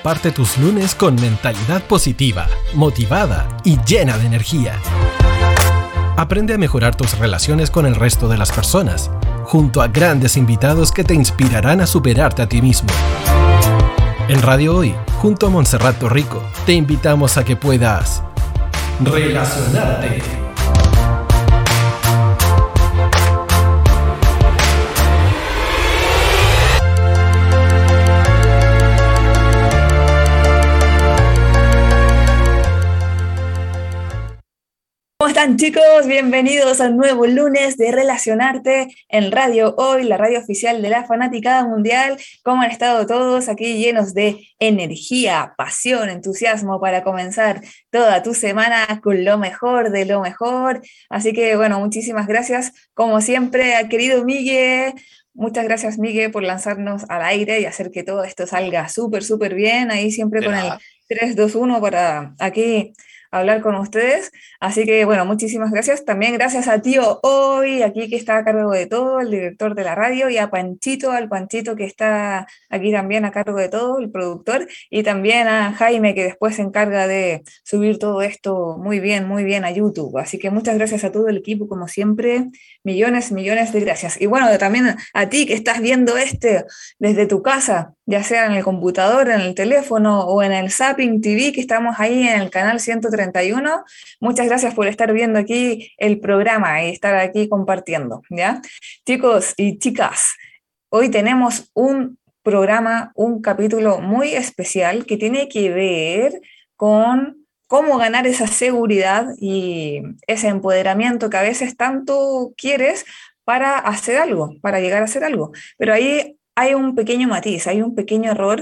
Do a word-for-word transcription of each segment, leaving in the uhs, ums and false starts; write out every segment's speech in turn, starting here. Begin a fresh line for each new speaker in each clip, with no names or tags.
comparte tus lunes con mentalidad positiva, motivada y llena de energía. Aprende a mejorar tus relaciones con el resto de las personas, junto a grandes invitados que te inspirarán a superarte a ti mismo. En Radio Hoy, junto a Montserrat Torrico, te invitamos a que puedas relacionarte.
¿Cómo están, chicos? Bienvenidos a un nuevo lunes de Relacionarte en Radio Hoy, la radio oficial de la Fanaticada Mundial. ¿Cómo han estado todos aquí llenos de energía, pasión, entusiasmo para comenzar toda tu semana con lo mejor de lo mejor? Así que, bueno, muchísimas gracias, como siempre, al querido Miguel. Muchas gracias, Miguel, por lanzarnos al aire y hacer que todo esto salga súper, súper bien. Ahí siempre con el tres, dos, uno para aquí hablar con ustedes. Así que, bueno, muchísimas gracias. También gracias a Tío Hoy, aquí que está a cargo de todo, el director de la radio, y a Panchito, al Panchito que está aquí también a cargo de todo, el productor, y también a Jaime, que después se encarga de subir todo esto muy bien, muy bien a YouTube. Así que muchas gracias a todo el equipo, como siempre. Millones, millones de gracias. Y bueno, también a ti que estás viendo este desde tu casa, ya sea en el computador, en el teléfono o en el Zapping T V, que estamos ahí en el canal ciento treinta y uno. Muchas gracias por estar viendo aquí el programa y estar aquí compartiendo, ¿ya? Chicos y chicas, hoy tenemos un programa, un capítulo muy especial que tiene que ver con cómo ganar esa seguridad y ese empoderamiento que a veces tanto quieres para hacer algo, para llegar a hacer algo. Pero ahí hay un pequeño matiz, hay un pequeño error,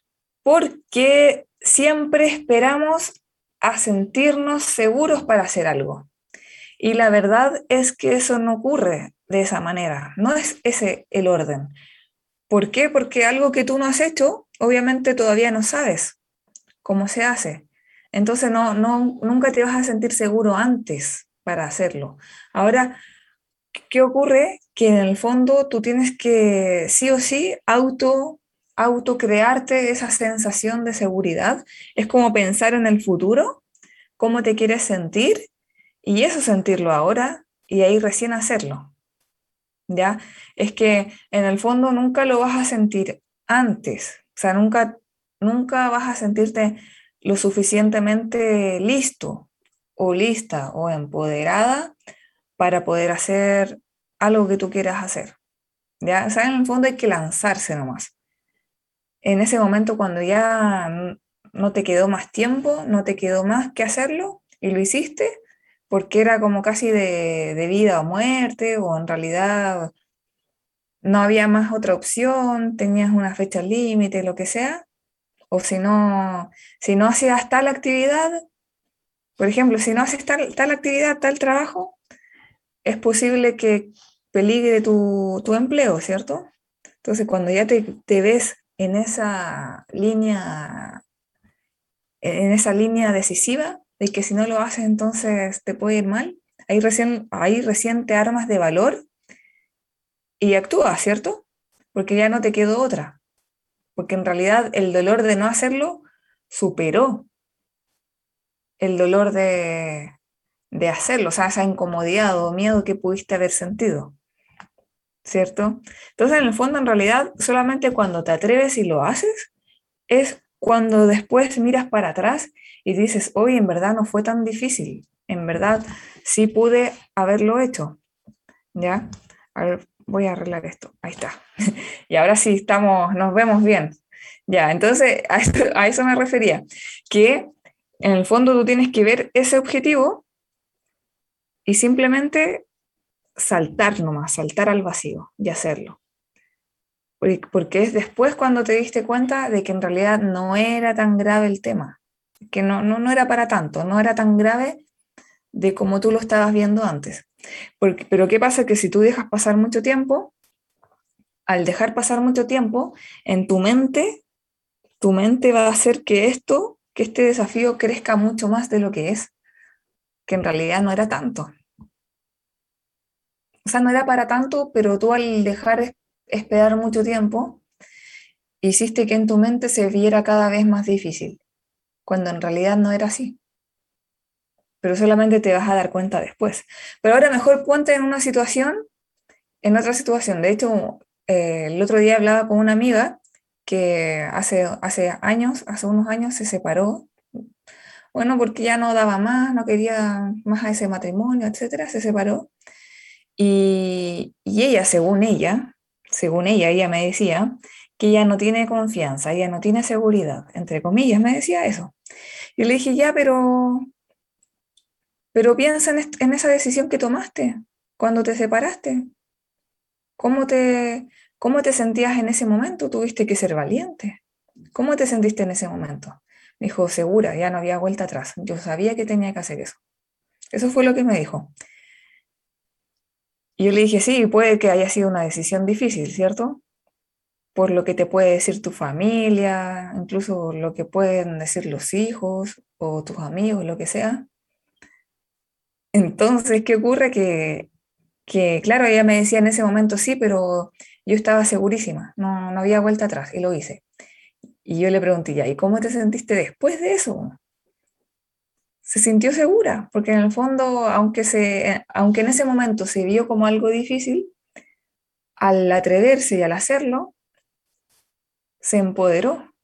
porque siempre esperamos a sentirnos seguros para hacer algo. Y la verdad es que eso no ocurre de esa manera, no es ese el orden. ¿Por qué? Porque algo que tú no has hecho, obviamente todavía no sabes cómo se hace. Entonces no, no, nunca te vas a sentir seguro antes para hacerlo. Ahora, ¿qué ocurre? Que en el fondo tú tienes que sí o sí auto, auto crearte esa sensación de seguridad. Es como pensar en el futuro, cómo te quieres sentir, y eso sentirlo ahora, y ahí recién hacerlo. ¿Ya? Es que en el fondo nunca lo vas a sentir antes. O sea, nunca, nunca vas a sentirte lo suficientemente listo o lista o empoderada para poder hacer algo que tú quieras hacer. ¿Ya? O sea, en el fondo hay que lanzarse nomás. En ese momento, cuando ya no te quedó más tiempo, no te quedó más que hacerlo y lo hiciste, porque era como casi de, de vida o muerte, o en realidad no había más otra opción, tenías una fecha límite, lo que sea, o si no, si no hacías tal actividad, por ejemplo, si no haces tal, tal actividad, tal trabajo, es posible que peligre tu, tu empleo, ¿cierto? Entonces, cuando ya te, te ves en esa línea, en esa línea decisiva, de que si no lo haces, entonces te puede ir mal, ahí recién, ahí recién te armas de valor y actúas, ¿cierto? Porque ya no te quedó otra. Porque en realidad el dolor de no hacerlo superó el dolor de, de hacerlo, o sea, esa incomodidad o miedo que pudiste haber sentido, ¿cierto? Entonces, en el fondo, en realidad, solamente cuando te atreves y lo haces, es cuando después miras para atrás y dices, oye, en verdad no fue tan difícil, en verdad sí pude haberlo hecho, ¿ya? A ver, voy a arreglar esto, ahí está. Y ahora sí estamos, nos vemos bien. Ya, entonces a, esto, a eso me refería, que en el fondo tú tienes que ver ese objetivo y simplemente saltar nomás, saltar al vacío y hacerlo. Porque es después cuando te diste cuenta de que en realidad no era tan grave el tema, que no, no, no era para tanto, no era tan grave de como tú lo estabas viendo antes. Porque, pero ¿qué pasa? Que si tú dejas pasar mucho tiempo, al dejar pasar mucho tiempo, en tu mente, tu mente va a hacer que esto, que este desafío crezca mucho más de lo que es, que en realidad no era tanto. O sea, no era para tanto, pero tú al dejar esperar mucho tiempo, hiciste que en tu mente se viera cada vez más difícil, cuando en realidad no era así. Pero solamente te vas a dar cuenta después. Pero ahora mejor ponte en una situación, en otra situación. De hecho, eh, el otro día hablaba con una amiga que hace, hace años, hace unos años se separó. Bueno, porque ya no daba más, no quería más a ese matrimonio, etcétera, se separó. Y, y ella, según ella, según ella, ella me decía que ella no tiene confianza, ella no tiene seguridad, entre comillas, me decía eso. Yo le dije, ya, pero, pero piensa en, est- en esa decisión que tomaste cuando te separaste. ¿Cómo te, cómo te sentías en ese momento? Tuviste que ser valiente. ¿Cómo te sentiste en ese momento? Me dijo, segura, ya no había vuelta atrás. Yo sabía que tenía que hacer eso. Eso fue lo que me dijo. Y yo le dije, sí, puede que haya sido una decisión difícil, ¿cierto? Por lo que te puede decir tu familia, incluso lo que pueden decir los hijos o tus amigos, lo que sea. Entonces, ¿qué ocurre? Que, que, claro, ella me decía en ese momento sí, pero yo estaba segurísima, no, no había vuelta atrás y lo hice. Y yo le pregunté ya, ¿y cómo te sentiste después de eso? Se sintió segura, porque en el fondo, aunque, se, aunque en ese momento se vio como algo difícil, al atreverse y al hacerlo, se empoderó,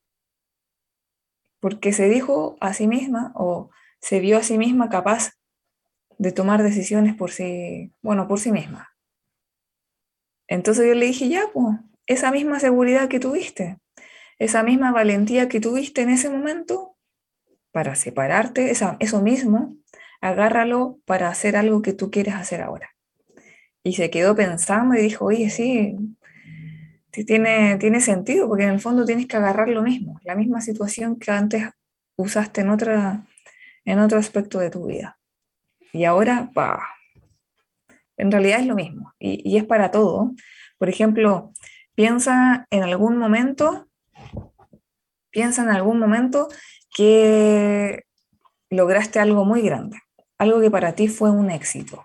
porque se dijo a sí misma o se vio a sí misma capaz de tomar decisiones por sí, bueno, por sí misma. Entonces yo le dije, ya, pues, esa misma seguridad que tuviste, esa misma valentía que tuviste en ese momento para separarte, esa, eso mismo, agárralo para hacer algo que tú quieres hacer ahora. Y se quedó pensando y dijo, oye, sí, sí tiene, tiene sentido, porque en el fondo tienes que agarrar lo mismo, la misma situación que antes usaste en, otra, en otro aspecto de tu vida. Y ahora, bah, en realidad es lo mismo y, y es para todo. Por ejemplo, piensa en algún momento, piensa en algún momento que lograste algo muy grande, algo que para ti fue un éxito,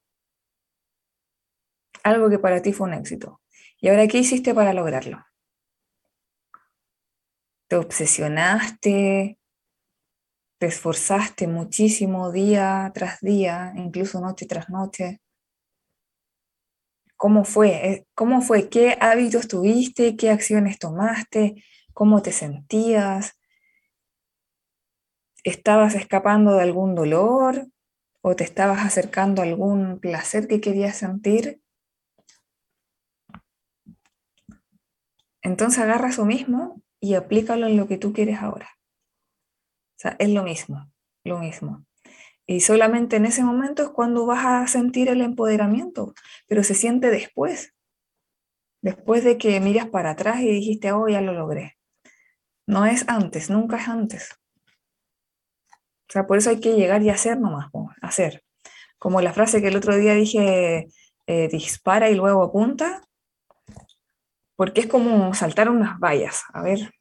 algo que para ti fue un éxito. ¿Y ahora qué hiciste para lograrlo? ¿Te obsesionaste? ¿Te esforzaste muchísimo día tras día, incluso noche tras noche? ¿Cómo fue? Eh, ¿Cómo fue? ¿Qué hábitos tuviste? ¿Qué acciones tomaste? ¿Cómo te sentías? ¿Estabas escapando de algún dolor o te estabas acercando a algún placer que querías sentir? Entonces agarra eso mismo y aplícalo en lo que tú quieres ahora. O sea, es lo mismo, lo mismo. Y solamente en ese momento es cuando vas a sentir el empoderamiento, pero se siente después, después de que miras para atrás y dijiste, oh, ya lo logré. No es antes, nunca es antes. O sea, por eso hay que llegar y hacer nomás, po, hacer. Como la frase que el otro día dije, eh, dispara y luego apunta, porque es como saltar unas vallas. A ver,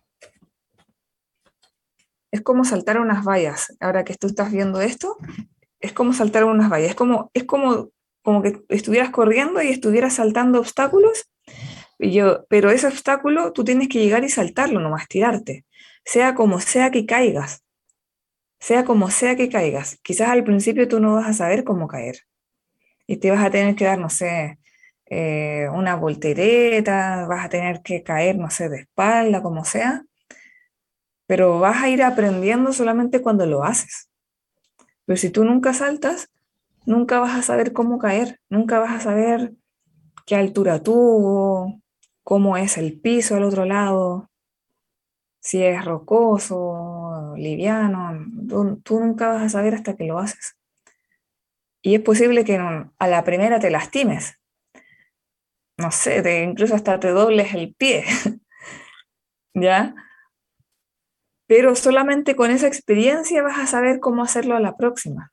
es como saltar unas vallas. Ahora que tú estás viendo esto, es como saltar unas vallas. Es como, es como, como que estuvieras corriendo y estuvieras saltando obstáculos, y yo, pero ese obstáculo tú tienes que llegar y saltarlo, nomás tirarte. Sea como sea que caigas, sea como sea que caigas. Quizás al principio tú no vas a saber cómo caer y te vas a tener que dar, no sé, eh, una voltereta, vas a tener que caer, no sé, de espalda, como sea, pero vas a ir aprendiendo solamente cuando lo haces. Pero si tú nunca saltas, nunca vas a saber cómo caer, nunca vas a saber qué altura tuvo, cómo es el piso al otro lado, si es rocoso, liviano, tú, tú nunca vas a saber hasta que lo haces. Y es posible que no- a la primera te lastimes, no sé, te, incluso hasta te dobles el pie, ¿ya? Pero solamente con esa experiencia vas a saber cómo hacerlo a la próxima.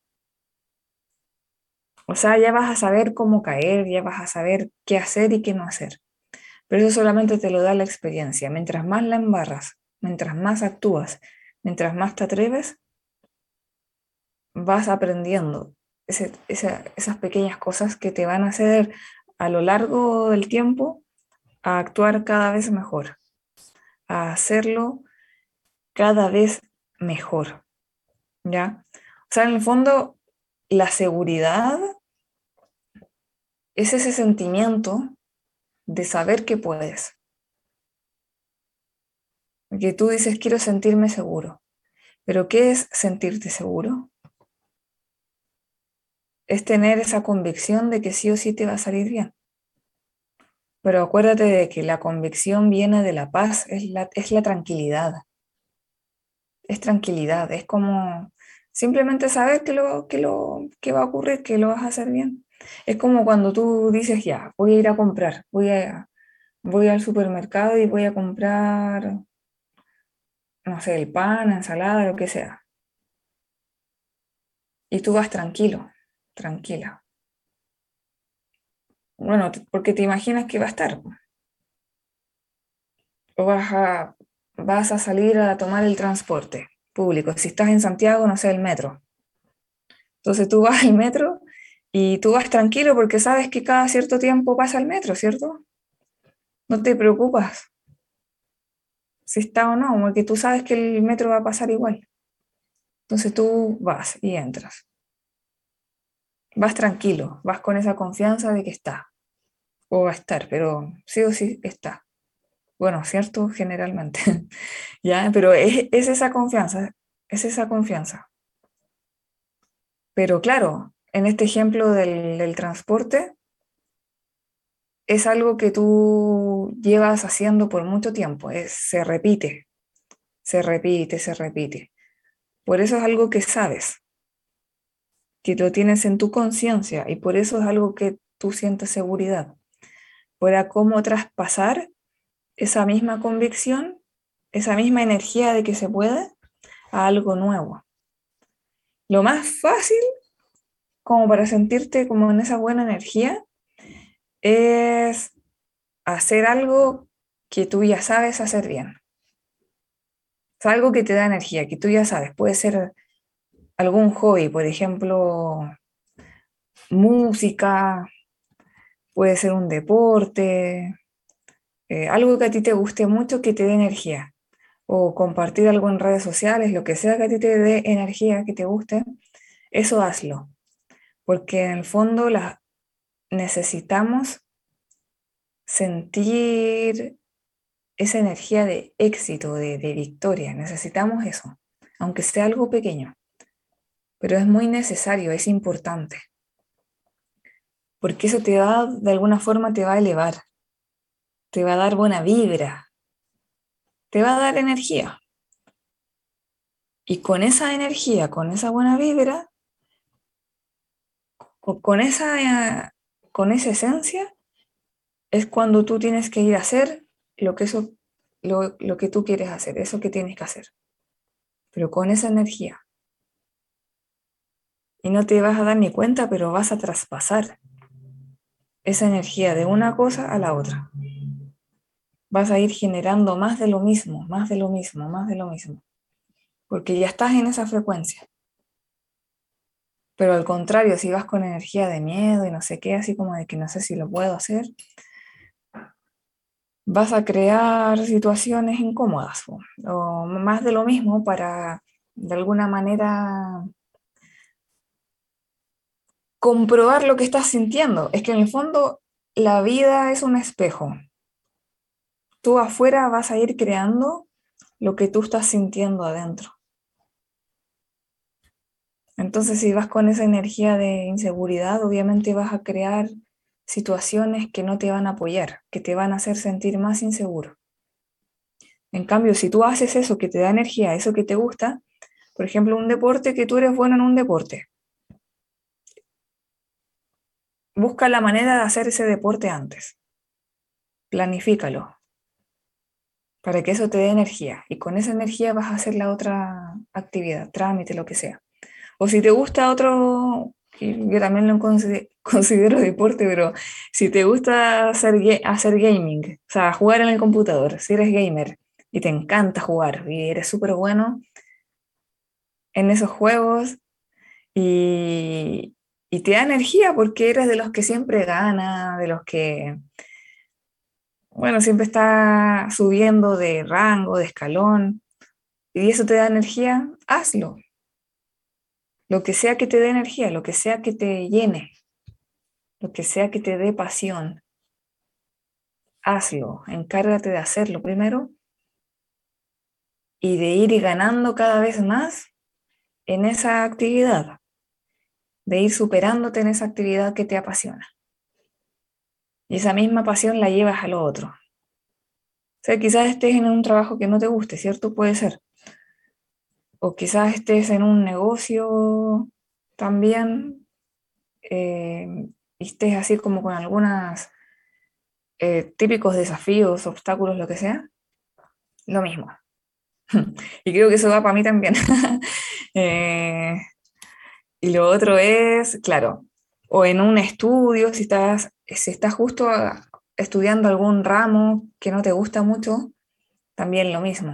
O sea, ya vas a saber cómo caer, ya vas a saber qué hacer y qué no hacer. Pero eso solamente te lo da la experiencia. Mientras más la embarras, mientras más actúas, mientras más te atreves, vas aprendiendo ese- esa- esas pequeñas cosas que te van a hacer a lo largo del tiempo a actuar cada vez mejor. a hacerlo cada vez mejor, ¿ya? O sea, en el fondo, la seguridad es ese sentimiento de saber que puedes. Que tú dices, quiero sentirme seguro. Pero ¿qué es sentirte seguro? Es tener esa convicción de que sí o sí te va a salir bien. Pero acuérdate de que la convicción viene de la paz, es la, es la tranquilidad. Es tranquilidad, es como simplemente saber que, lo, que, lo, que va a ocurrir, que lo vas a hacer bien. Es como cuando tú dices, ya, voy a ir a comprar, voy, a, voy al supermercado y voy a comprar, no sé, el pan, ensalada, lo que sea. Y tú vas tranquilo, tranquila. Bueno, te- porque te imaginas que va a estar. O vas a, vas a salir a tomar el transporte público. Si estás en Santiago, no sé, el metro. Entonces tú vas al metro y tú vas tranquilo porque sabes que cada cierto tiempo pasa el metro, ¿cierto? No te preocupas si está o no, porque tú sabes que el metro va a pasar igual. Entonces tú vas y entras. Vas tranquilo, vas con esa confianza de que está, o va a estar, pero sí o sí está. Bueno, ¿cierto? Generalmente. ¿Ya? Pero es, es esa confianza, es esa confianza. Pero claro, en este ejemplo del, del transporte, es algo que tú llevas haciendo por mucho tiempo, es, se repite, se repite, se repite. Por eso es algo que sabes, que lo tienes en tu conciencia y por eso es algo que tú sientes seguridad. Para cómo traspasar esa misma convicción, esa misma energía de que se puede, a algo nuevo. Lo más fácil, como para sentirte como en esa buena energía, es hacer algo que tú ya sabes hacer bien. Es algo que te da energía, que tú ya sabes. Puede ser algún hobby, por ejemplo, música, puede ser un deporte, eh, algo que a ti te guste mucho que te dé energía. O compartir algo en redes sociales, lo que sea que a ti te dé energía, que te guste, eso hazlo. Porque en el fondo la, necesitamos sentir esa energía de éxito, de, de victoria. Necesitamos eso, aunque sea algo pequeño. Pero es muy necesario, es importante. Porque eso te va, de alguna forma, te va a elevar, te va a dar buena vibra, te va a dar energía. Y con esa energía, con esa buena vibra, con, con esa, con esa esencia, es cuando tú tienes que ir a hacer lo que, eso, lo, lo que tú quieres hacer, eso que tienes que hacer. Pero con esa energía. Y no te vas a dar ni cuenta, pero vas a traspasar esa energía de una cosa a la otra. Vas a ir generando más de lo mismo, más de lo mismo, más de lo mismo. Porque ya estás en esa frecuencia. Pero al contrario, si vas con energía de miedo y no sé qué, así como de que no sé si lo puedo hacer, vas a crear situaciones incómodas o, o más de lo mismo para de alguna manera comprobar lo que estás sintiendo. Es que en el fondo la vida es un espejo. Tú afuera vas a ir creando lo que tú estás sintiendo adentro. Entonces, si vas con esa energía de inseguridad, obviamente vas a crear situaciones que no te van a apoyar, que te van a hacer sentir más inseguro. En cambio, si tú haces eso que te da energía, eso que te gusta, por ejemplo, un deporte, que tú eres bueno en un deporte, busca la manera de hacer ese deporte antes, planifícalo, para que eso te dé energía, y con esa energía vas a hacer la otra actividad, trámite, lo que sea. O si te gusta otro, que yo también lo consi- considero deporte, pero si te gusta hacer, ga- hacer gaming, o sea, jugar en el computador, si eres gamer y te encanta jugar y eres súper bueno en esos juegos y, y te da energía porque eres de los que siempre gana, de los que bueno, siempre está subiendo de rango, de escalón, y eso te da energía, hazlo. Lo que sea que te dé energía, lo que sea que te llene, lo que sea que te dé pasión, hazlo, encárgate de hacerlo primero y de ir ganando cada vez más en esa actividad, de ir superándote en esa actividad que te apasiona. Y esa misma pasión la llevas a lo otro. O sea, quizás estés en un trabajo que no te guste, ¿cierto? Puede ser. O quizás estés en un negocio también eh, y estés así como con algunos eh, típicos desafíos, obstáculos, lo que sea. Lo mismo. Y creo que eso va para mí también. eh, y lo otro es, claro, o en un estudio, si estás, si estás justo a- estudiando algún ramo que no te gusta mucho, también lo mismo.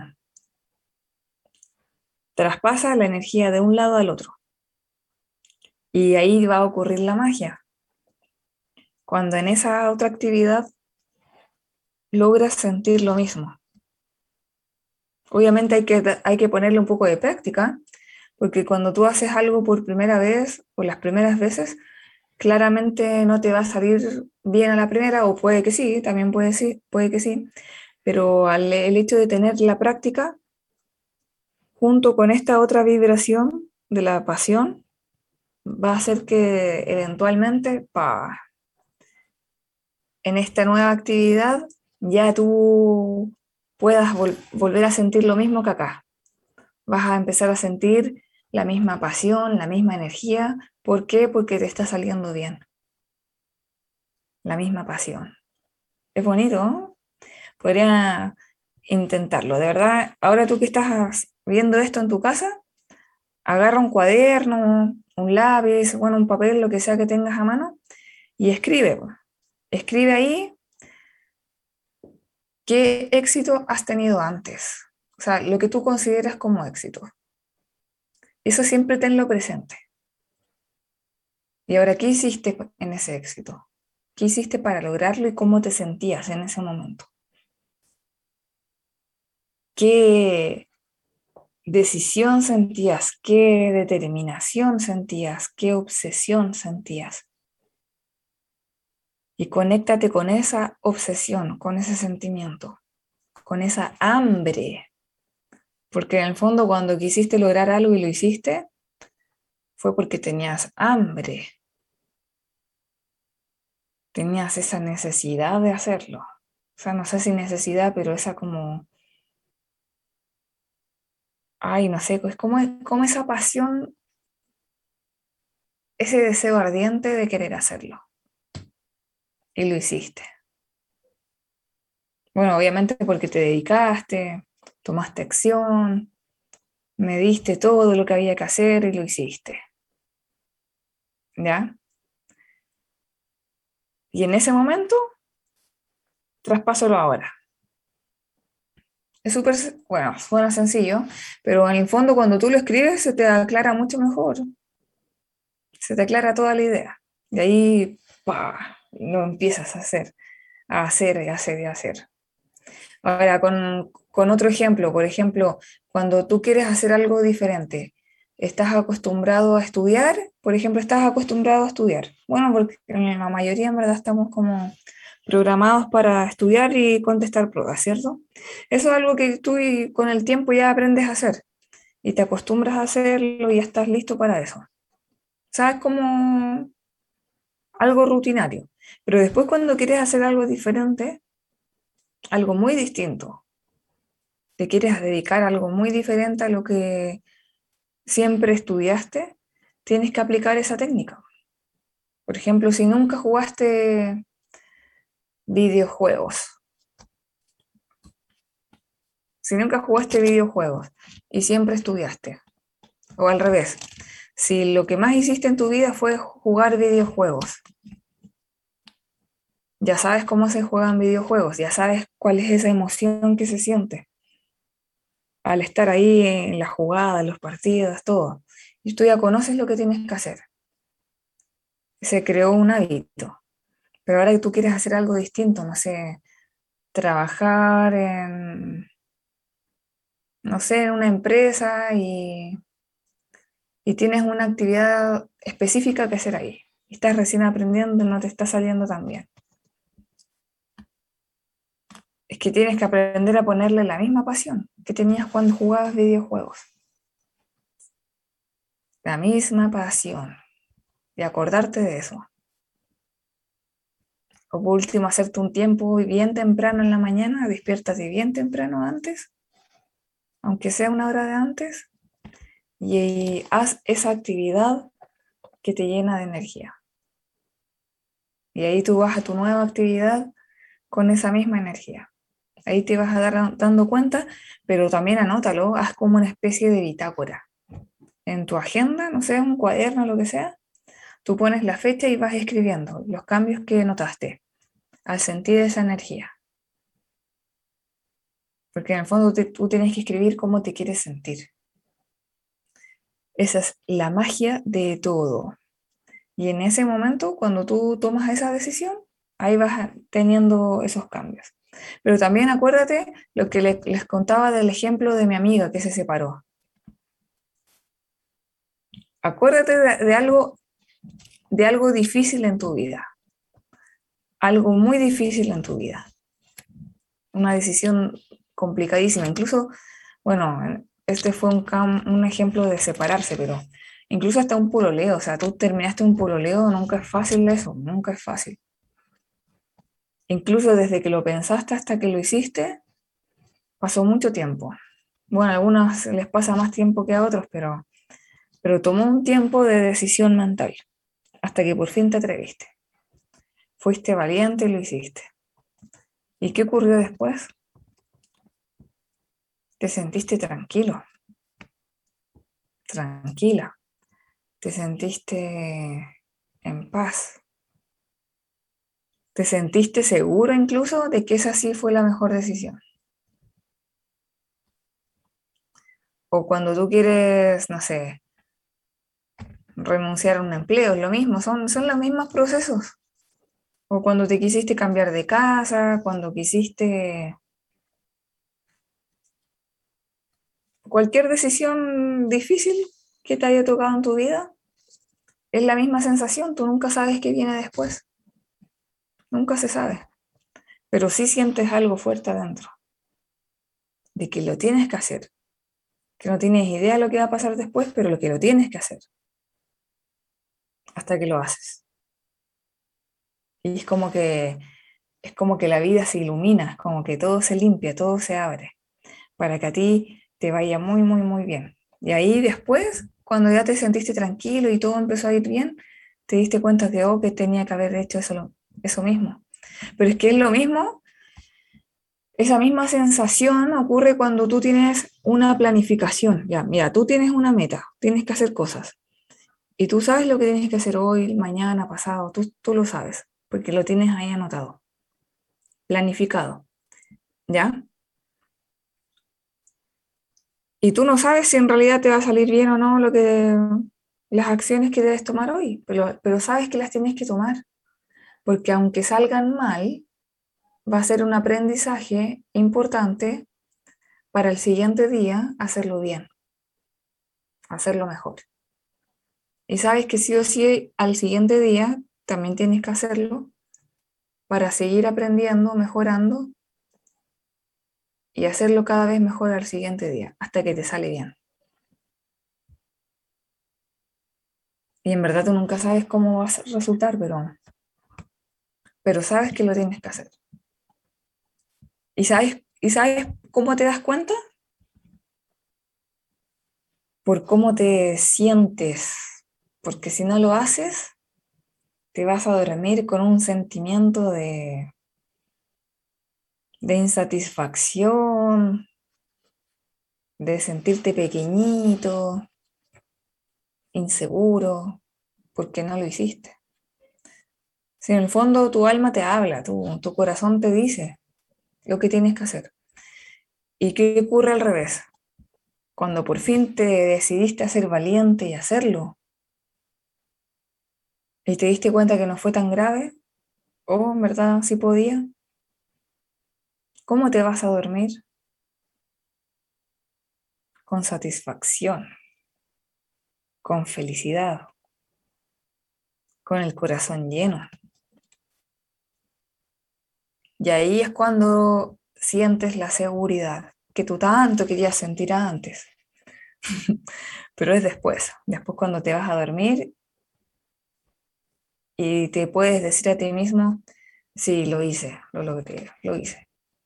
Traspasa la energía de un lado al otro. Y ahí va a ocurrir la magia. Cuando en esa otra actividad logras sentir lo mismo. Obviamente hay que, hay que ponerle un poco de práctica, porque cuando tú haces algo por primera vez o las primeras veces, claramente no te va a salir bien a la primera, o puede que sí, también puede, sí, puede que sí, pero al, el hecho de tener la práctica junto con esta otra vibración de la pasión, va a hacer que eventualmente, pa, en esta nueva actividad, ya tú puedas vol volver a sentir lo mismo que acá. Vas a empezar a sentir la misma pasión, la misma energía. ¿Por qué? Porque te está saliendo bien. La misma pasión. Es bonito, ¿no? Podría intentarlo. De verdad, ahora tú que estás viendo esto en tu casa, agarra un cuaderno, un lápiz, bueno, un papel, lo que sea que tengas a mano, y escribe. Pues. Escribe ahí qué éxito has tenido antes. O sea, lo que tú consideras como éxito. Eso siempre tenlo presente. Y ahora, ¿qué hiciste en ese éxito? ¿Qué hiciste para lograrlo y cómo te sentías en ese momento? ¿Qué decisión sentías? ¿Qué determinación sentías? ¿Qué obsesión sentías? Y conéctate con esa obsesión, con ese sentimiento, con esa hambre. Porque en el fondo cuando quisiste lograr algo y lo hiciste, fue porque tenías hambre. Tenías esa necesidad de hacerlo. O sea, no sé si necesidad, pero esa como, ay, no sé, es como, como esa pasión, ese deseo ardiente de querer hacerlo. Y lo hiciste. Bueno, obviamente porque te dedicaste, tomaste acción, mediste todo lo que había que hacer y lo hiciste. ¿Ya? Y en ese momento, traspásalo ahora. Es súper, bueno, suena sencillo, pero en el fondo cuando tú lo escribes se te aclara mucho mejor. Se te aclara toda la idea. Y ahí, ¡pah!, lo empiezas a hacer, a hacer y hacer y hacer. Ahora, con, con otro ejemplo, por ejemplo, cuando tú quieres hacer algo diferente, estás acostumbrado a estudiar, por ejemplo, estás acostumbrado a estudiar. Bueno, porque en la mayoría en verdad estamos como programados para estudiar y contestar pruebas, ¿cierto? Eso es algo que tú y con el tiempo ya aprendes a hacer y te acostumbras a hacerlo y ya estás listo para eso. ¿Sabes? Como algo rutinario. Pero después cuando quieres hacer algo diferente, algo muy distinto, te quieres dedicar a algo muy diferente a lo que siempre estudiaste, tienes que aplicar esa técnica. Por ejemplo, si nunca jugaste videojuegos, si nunca jugaste videojuegos y siempre estudiaste, o al revés, si lo que más hiciste en tu vida fue jugar videojuegos, ya sabes cómo se juegan videojuegos, ya sabes cuál es esa emoción que se siente al estar ahí en la jugada, en los partidos, todo. Y tú ya conoces lo que tienes que hacer. Se creó un hábito. Pero ahora que tú quieres hacer algo distinto, no sé, trabajar en, no sé, en una empresa y, y tienes una actividad específica que hacer ahí. Estás recién aprendiendo, no te está saliendo tan bien. Es que tienes que aprender a ponerle la misma pasión que tenías cuando jugabas videojuegos. La misma pasión. Y acordarte de eso. O por último, hacerte un tiempo bien temprano en la mañana, despiértate bien temprano antes, aunque sea una hora de antes, y haz esa actividad que te llena de energía. Y ahí tú vas a tu nueva actividad con esa misma energía. Ahí te vas a dar dando cuenta, pero también anótalo, haz como una especie de bitácora. En tu agenda, no sé, un cuaderno, lo que sea, tú pones la fecha y vas escribiendo los cambios que notaste al sentir esa energía. Porque en el fondo te, tú tienes que escribir cómo te quieres sentir. Esa es la magia de todo. Y en ese momento, cuando tú tomas esa decisión, ahí vas teniendo esos cambios. Pero también acuérdate lo que le, les contaba del ejemplo de mi amiga que se separó. Acuérdate de, de algo, de algo difícil en tu vida. Algo muy difícil en tu vida. Una decisión complicadísima. Incluso, bueno, este fue un, cam- un ejemplo de separarse, pero incluso hasta un pololeo. O sea, tú terminaste un pololeo, nunca es fácil eso, nunca es fácil. Incluso desde que lo pensaste hasta que lo hiciste, pasó mucho tiempo. Bueno, a algunos les pasa más tiempo que a otros, pero, pero tomó un tiempo de decisión mental, hasta que por fin te atreviste. Fuiste valiente y lo hiciste. ¿Y qué ocurrió después? Te sentiste tranquilo, tranquila, te sentiste en paz, te sentiste seguro incluso de que esa sí fue la mejor decisión. O cuando tú quieres, no sé, renunciar a un empleo, es lo mismo, son, son los mismos procesos. O cuando te quisiste cambiar de casa, cuando quisiste cualquier decisión difícil que te haya tocado en tu vida, es la misma sensación, tú nunca sabes qué viene después, nunca se sabe, pero sí sientes algo fuerte adentro, de que lo tienes que hacer, que no tienes idea de lo que va a pasar después, pero lo que lo tienes que hacer, hasta que lo haces. Y es como que, es como que la vida se ilumina, como que todo se limpia, todo se abre, para que a ti te vaya muy, muy, muy bien. Y ahí después, cuando ya te sentiste tranquilo y todo empezó a ir bien, te diste cuenta que, oh, que tenía que haber hecho eso, eso mismo. Pero es que es lo mismo, esa misma sensación ocurre cuando tú tienes una planificación. Ya, mira, tú tienes una meta, tienes que hacer cosas. Y tú sabes lo que tienes que hacer hoy, mañana, pasado, tú, tú lo sabes, porque lo tienes ahí anotado, planificado, ¿ya? Y tú no sabes si en realidad te va a salir bien o no lo que, las acciones que debes tomar hoy, pero, pero sabes que las tienes que tomar, porque aunque salgan mal, va a ser un aprendizaje importante para el siguiente día hacerlo bien, hacerlo mejor. Y sabes que sí o sí al siguiente día también tienes que hacerlo para seguir aprendiendo, mejorando y hacerlo cada vez mejor al siguiente día, hasta que te sale bien. Y en verdad tú nunca sabes cómo va a resultar, pero, pero sabes que lo tienes que hacer. ¿Y sabes, ¿Y sabes cómo te das cuenta? Por cómo te sientes. Porque si no lo haces, te vas a dormir con un sentimiento de, de insatisfacción, de sentirte pequeñito, inseguro, porque no lo hiciste. Si en el fondo tu alma te habla, tu, tu corazón te dice lo que tienes que hacer. ¿Y qué ocurre al revés? Cuando por fin te decidiste a ser valiente y hacerlo, y te diste cuenta que no fue tan grave, o en verdad sí podía, ¿Cómo te vas a dormir? Con satisfacción, con felicidad, con el corazón lleno. Y ahí es cuando sientes la seguridad que tú tanto querías sentir antes. Pero es después, después cuando te vas a dormir y te puedes decir a ti mismo, sí, lo hice, lo logré, lo hice.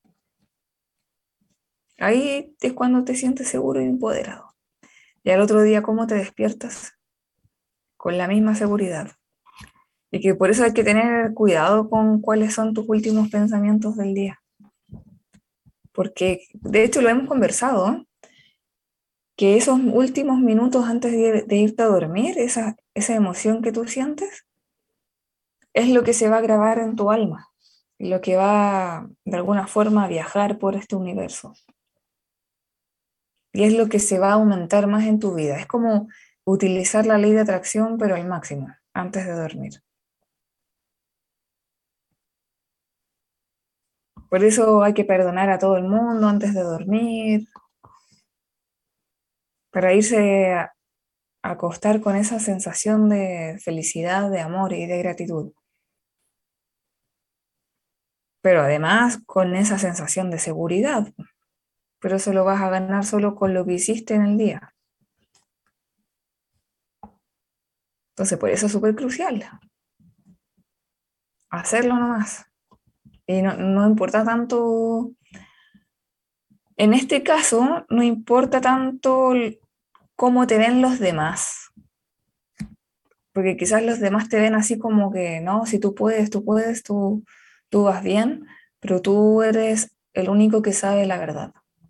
Ahí es cuando te sientes seguro y empoderado. Y al otro día, ¿cómo te despiertas? Con la misma seguridad. Y que por eso hay que tener cuidado con cuáles son tus últimos pensamientos del día. Porque, de hecho, lo hemos conversado, ¿eh? Que esos últimos minutos antes de, de irte a dormir, esa, esa emoción que tú sientes, es lo que se va a grabar en tu alma, lo que va de alguna forma a viajar por este universo. Y es lo que se va a aumentar más en tu vida. Es como utilizar la ley de atracción, pero al máximo, antes de dormir. Por eso hay que perdonar a todo el mundo antes de dormir, para irse a acostar con esa sensación de felicidad, de amor y de gratitud. Pero además con esa sensación de seguridad. Pero eso lo vas a ganar solo con lo que hiciste en el día. Entonces, por eso es súper crucial. Hacerlo nomás. Y no, no importa tanto, en este caso, no importa tanto cómo te ven los demás. Porque quizás los demás te ven así como que, no, si tú puedes, tú puedes, tú, tú vas bien, pero tú eres el único que sabe la verdad.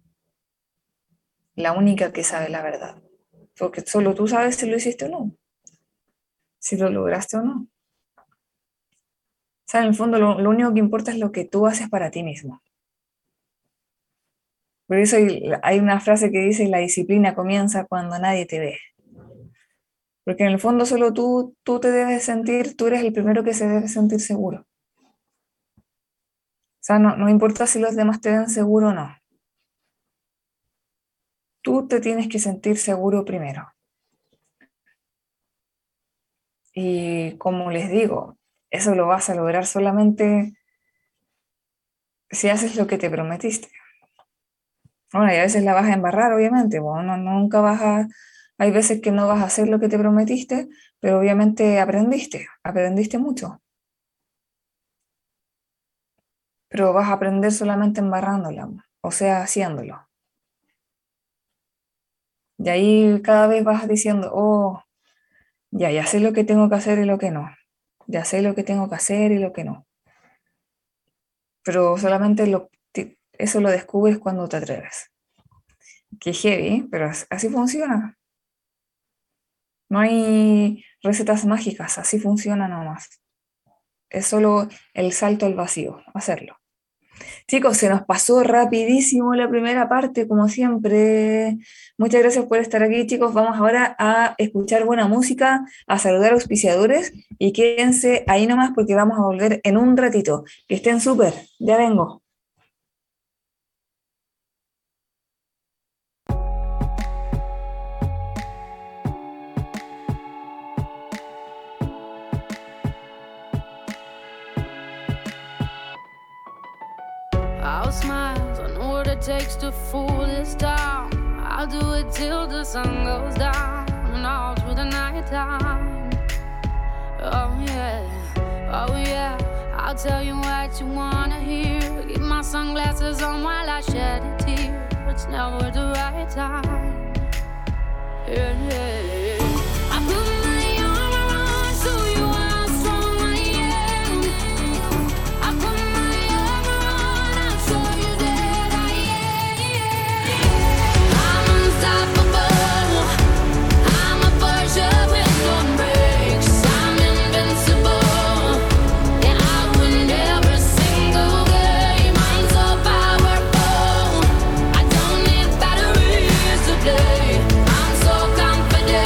La única que sabe la verdad. Porque solo tú sabes si lo hiciste o no. Si lo lograste o no. O sea, en el fondo lo, lo único que importa es lo que tú haces para ti mismo. Por eso hay, hay una frase que dice, la disciplina comienza cuando nadie te ve. Porque en el fondo solo tú, tú te debes sentir, tú eres el primero que se debe sentir seguro. O sea, no, no importa si los demás te ven seguro o no. Tú te tienes que sentir seguro primero. Y como les digo, eso lo vas a lograr solamente si haces lo que te prometiste. Bueno, y a veces la vas a embarrar, obviamente. Bueno, no, nunca vas a... Hay veces que no vas a hacer lo que te prometiste, pero obviamente aprendiste, aprendiste mucho. Pero vas a aprender solamente embarrándola, o sea, haciéndolo. Y ahí cada vez vas diciendo, oh, ya, ya sé lo que tengo que hacer y lo que no. Ya sé lo que tengo que hacer y lo que no. Pero solamente lo, eso lo descubres cuando te atreves. Qué heavy, pero así funciona. No hay recetas mágicas, así funciona nomás. Es solo el salto al vacío, hacerlo. Chicos, se nos pasó rapidísimo la primera parte, como siempre. Muchas gracias por estar aquí, chicos. Vamos ahora a escuchar buena música, a saludar a auspiciadores y quédense ahí nomás porque vamos a volver en un ratito. Que estén súper, ya vengo.
I'll smile, I know what it takes to fool this town. I'll do it till the sun goes down and all through the night time. Oh yeah, oh yeah, I'll tell you what you wanna hear. Keep my sunglasses on while I shed a tear. It's never the right time. Yeah, yeah, yeah. I put my armor on so you are how strong I am. I put my armor on, I'll show you that I am. I'm unstoppable. I'm a force with no brakes. I'm invincible. And I win every single game. I'm so powerful. I don't need batteries to play. I'm so confident.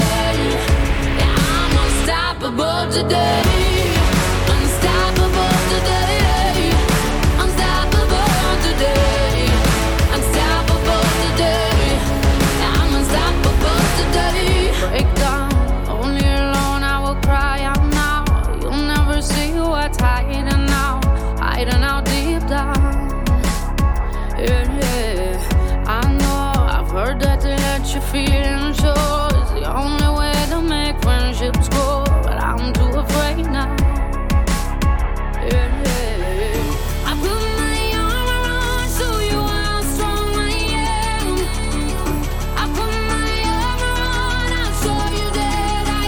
what you're feeling, sure, is the only way to make friendships grow. But I'm too afraid now. Yeah, yeah. I put my arm around, show you how strong I am. I put my arm around, I'll show you that I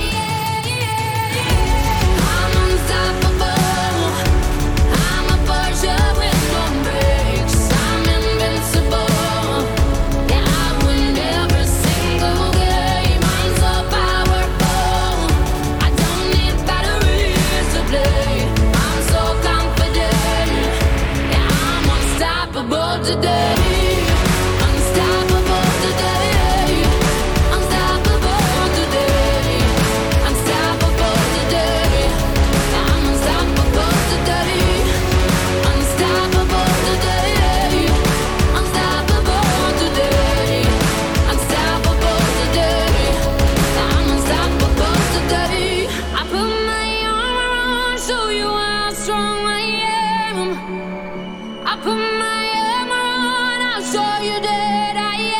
am. I'm unstoppable. I'm a Porsche with no brakes. I'm invincible. Yeah, I win every single game. I'm so powerful. I don't need batteries to play. I'm so confident. Yeah, I'm unstoppable today. Unstoppable today. Unstoppable today. Unstoppable today. Yeah, I'm unstoppable today. Unstoppable today. Unstoppable today. Unstoppable today. I'm unstoppable today. I put my arm around, show you how strong I am. I put my arm around, I'll show you that I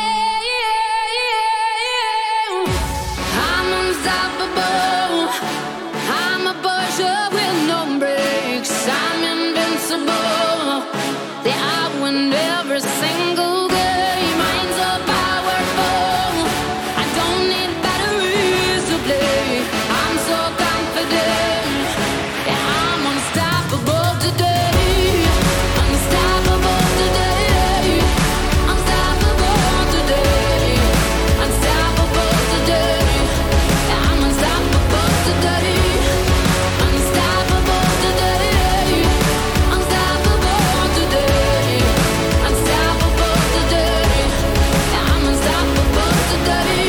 am. I'm unstoppable. I'm a Porsche with no brakes. I'm invincible. Yeah, I win every single game. I'm so powerful. I don't need batteries to play. I'm so confident. Yeah, I'm unstoppable today. Unstoppable today. Unstoppable today. Unstoppable today. Yeah, I'm unstoppable today. Unstoppable today. Unstoppable today. Unstoppable today. Yeah, I'm unstoppable today.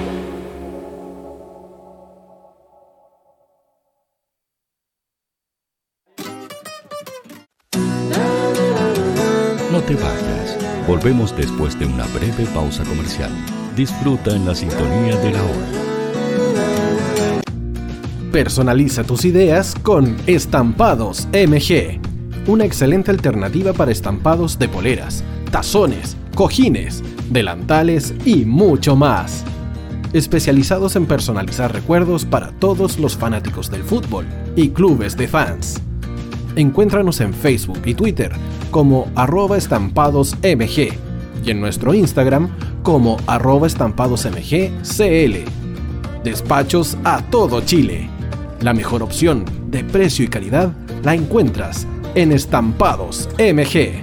No te vayas. Volvemos después de una breve pausa comercial. Disfruta en la sintonía de la hora.
Personaliza tus ideas con Estampados M G, una excelente alternativa para estampados de poleras, tazones, cojines, delantales y mucho más. Especializados en personalizar recuerdos para todos los fanáticos del fútbol y clubes de fans. Encuéntranos en Facebook y Twitter como arroba estampadosmg y en nuestro Instagram como arroba estampadosmgcl. Despachos a todo Chile. La mejor opción de precio y calidad la encuentras en Estampados M G.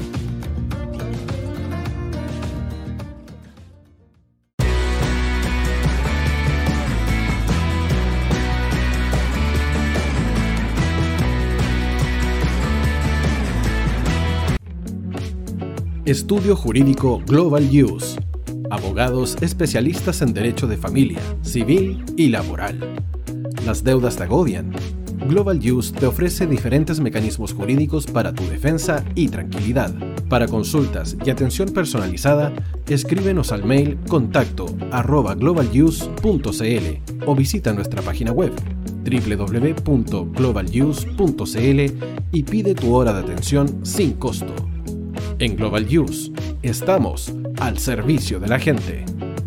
Estudio Jurídico Global Use. Abogados especialistas en derecho de familia, civil y laboral. Las deudas te agobian. Global Use te ofrece diferentes mecanismos jurídicos para tu defensa y tranquilidad. Para consultas y atención personalizada, escríbenos al mail contacto arroba globaluse punto cl o visita nuestra página web doble u doble u doble u punto global use punto cl y pide tu hora de atención sin costo. En Global Use, estamos al servicio de la gente.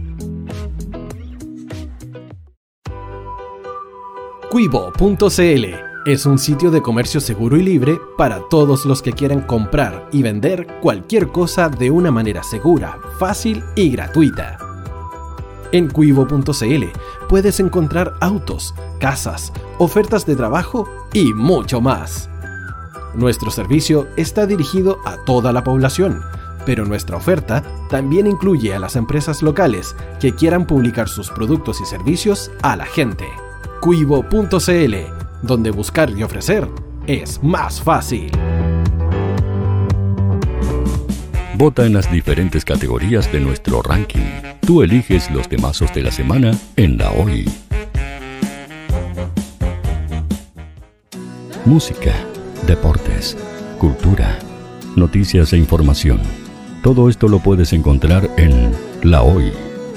Quibo punto cl es un sitio de comercio seguro y libre para todos los que quieran comprar y vender cualquier cosa de una manera segura, fácil y gratuita. En Quibo punto cl puedes encontrar autos, casas, ofertas de trabajo y mucho más. Nuestro servicio está dirigido a toda la población, pero nuestra oferta también incluye a las empresas locales que quieran publicar sus productos y servicios a la gente. Quibo punto cl, donde buscar y ofrecer es más fácil.
Vota en las diferentes categorías de nuestro ranking. Tú eliges los temazos de la semana en La Hoy. Música, deportes, cultura, noticias e información. Todo esto lo puedes encontrar en La Hoy.